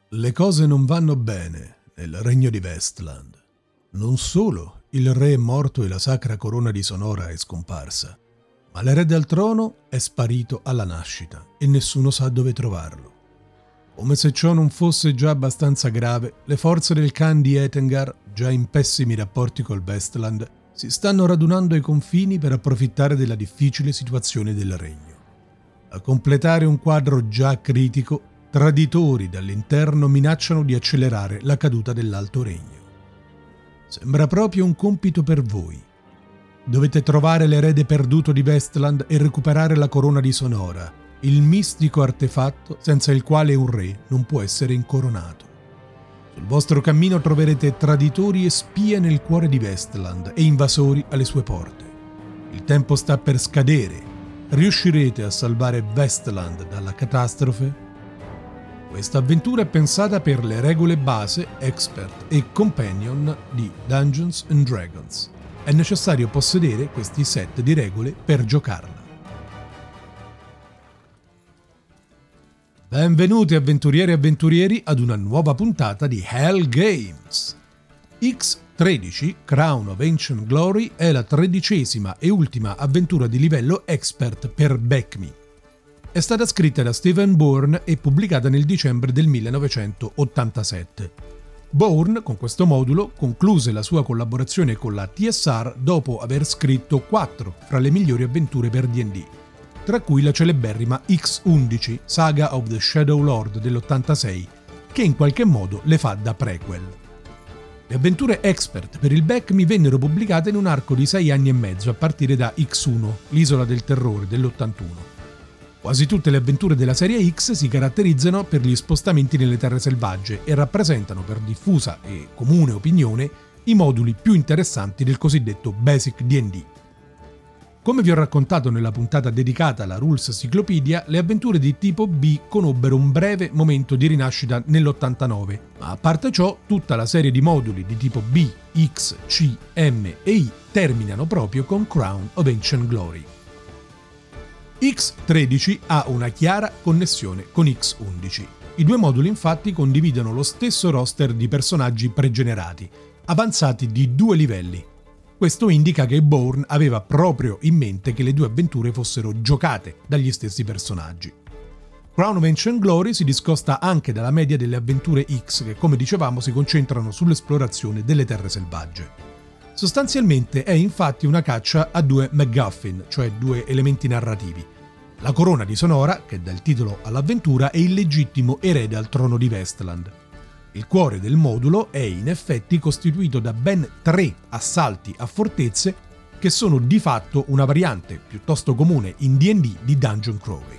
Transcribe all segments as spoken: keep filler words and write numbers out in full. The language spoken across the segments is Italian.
Le cose non vanno bene nel regno di Vestland. Non solo il re è morto e la sacra corona di Sonora è scomparsa, ma l'erede al trono è sparito alla nascita e nessuno sa dove trovarlo. Come se ciò non fosse già abbastanza grave, le forze del Khan di Etengar, già in pessimi rapporti col Vestland, si stanno radunando ai confini per approfittare della difficile situazione del regno. A completare un quadro già critico, traditori dall'interno minacciano di accelerare la caduta dell'Alto Regno. Sembra proprio un compito per voi. Dovete trovare l'erede perduto di Vestland e recuperare la corona di Sonora, il mistico artefatto senza il quale un re non può essere incoronato. Sul vostro cammino troverete traditori e spie nel cuore di Vestland e invasori alle sue porte. Il tempo sta per scadere. Riuscirete a salvare Vestland dalla catastrofe? Questa avventura è pensata per le regole base, expert e companion di Dungeons and Dragons. È necessario possedere questi set di regole per giocarla. Benvenuti avventurieri e avventurieri ad una nuova puntata di Hell Games. X tredici Crown of Ancient Glory è la tredicesima e ultima avventura di livello expert per BECMI. È stata scritta da Stephen Bourne e pubblicata nel dicembre del millenovecentottantasette. Bourne, con questo modulo, concluse la sua collaborazione con la T S R dopo aver scritto quattro fra le migliori avventure per D and D, tra cui la celeberrima X undici, Saga of the Shadow Lord dell'ottantasei, che in qualche modo le fa da prequel. Le avventure expert per il BECMI vennero pubblicate in un arco di sei anni e mezzo a partire da X uno, l'Isola del Terrore dell'ottantuno. Quasi tutte le avventure della serie X si caratterizzano per gli spostamenti nelle terre selvagge e rappresentano per diffusa e comune opinione i moduli più interessanti del cosiddetto Basic D and D. Come vi ho raccontato nella puntata dedicata alla Rules Cyclopedia, le avventure di tipo B conobbero un breve momento di rinascita nell'ottantanove, ma a parte ciò tutta la serie di moduli di tipo B, X, C, M e I terminano proprio con Crown of Ancient Glory. X tredici ha una chiara connessione con X undici. I due moduli infatti condividono lo stesso roster di personaggi pregenerati, avanzati di due livelli. Questo indica che Bourne aveva proprio in mente che le due avventure fossero giocate dagli stessi personaggi. Crown of Ancient Glory si discosta anche dalla media delle avventure X che, come dicevamo, si concentrano sull'esplorazione delle terre selvagge. Sostanzialmente è infatti una caccia a due MacGuffin, cioè due elementi narrativi. La corona di Sonora, che dà il titolo all'avventura, è il legittimo erede al trono di Vestland. Il cuore del modulo è in effetti costituito da ben tre assalti a fortezze che sono di fatto una variante piuttosto comune in D and D di Dungeon Crawling.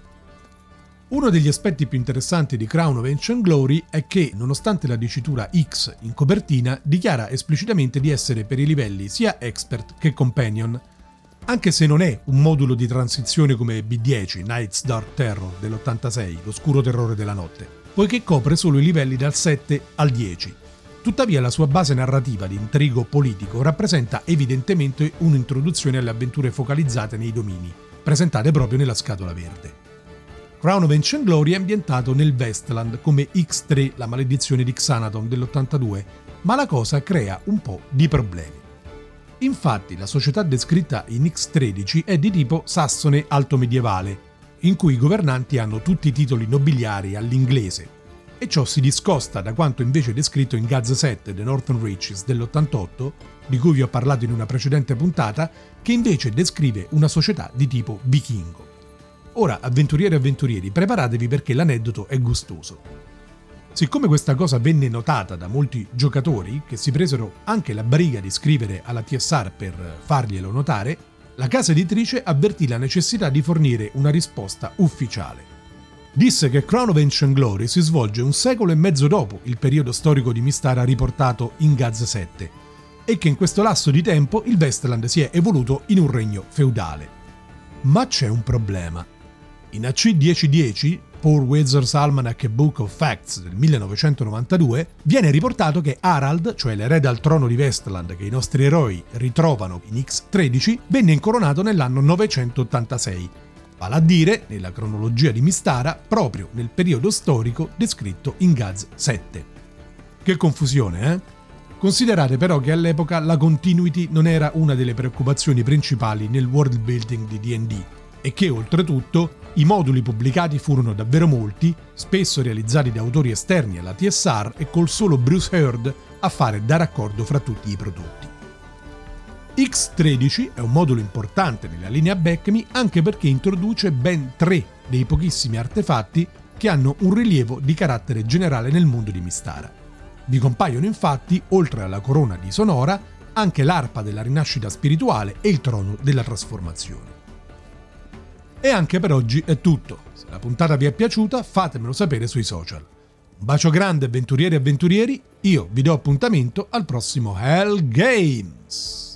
Uno degli aspetti più interessanti di Crown of Ancient Glory è che, nonostante la dicitura X in copertina, dichiara esplicitamente di essere per i livelli sia expert che companion, anche se non è un modulo di transizione come B dieci, Night's Dark Terror dell'ottantasei, l'oscuro terrore della notte, poiché copre solo i livelli dal sette al dieci. Tuttavia la sua base narrativa di intrigo politico rappresenta evidentemente un'introduzione alle avventure focalizzate nei domini, presentate proprio nella scatola verde. Crown of Ancient Glory è ambientato nel Vestland come X tre, la maledizione di Xanaton dell'ottantadue, ma la cosa crea un po' di problemi. Infatti la società descritta in X tredici è di tipo sassone alto medievale, in cui i governanti hanno tutti i titoli nobiliari all'inglese, e ciò si discosta da quanto invece descritto in G A Z sette The Northern Reaches dell'ottantotto, di cui vi ho parlato in una precedente puntata, che invece descrive una società di tipo vichingo. Ora, avventurieri e avventurieri, preparatevi perché l'aneddoto è gustoso. Siccome questa cosa venne notata da molti giocatori, che si presero anche la briga di scrivere alla T S R per farglielo notare, la casa editrice avvertì la necessità di fornire una risposta ufficiale. Disse che Crown of Ancient Glory si svolge un secolo e mezzo dopo il periodo storico di Mystara riportato in G A Z sette e che in questo lasso di tempo il Vestland si è evoluto in un regno feudale. Ma c'è un problema. In A C dieci dieci, Paul Wizard's Almanac e Book of Facts del millenovecentonovantadue, viene riportato che Harald, cioè l'erede al trono di Vestland che i nostri eroi ritrovano in X tredici, venne incoronato nell'anno novecentottantasei vale a dire, nella cronologia di Mystara, proprio nel periodo storico descritto in G A Z sette. Che confusione, eh? Considerate però che all'epoca la continuity non era una delle preoccupazioni principali nel world building di D and D e che, oltretutto, i moduli pubblicati furono davvero molti, spesso realizzati da autori esterni alla T S R e col solo Bruce Hurd a fare da raccordo fra tutti i prodotti. X tredici è un modulo importante nella linea Backme anche perché introduce ben tre dei pochissimi artefatti che hanno un rilievo di carattere generale nel mondo di Mystara. Vi compaiono infatti, oltre alla corona di Sonora, anche l'arpa della rinascita spirituale e il trono della trasformazione. E anche per oggi è tutto. Se la puntata vi è piaciuta, fatemelo sapere sui social. Un bacio grande avventurieri e avventurieri, io vi do appuntamento al prossimo Hell Games!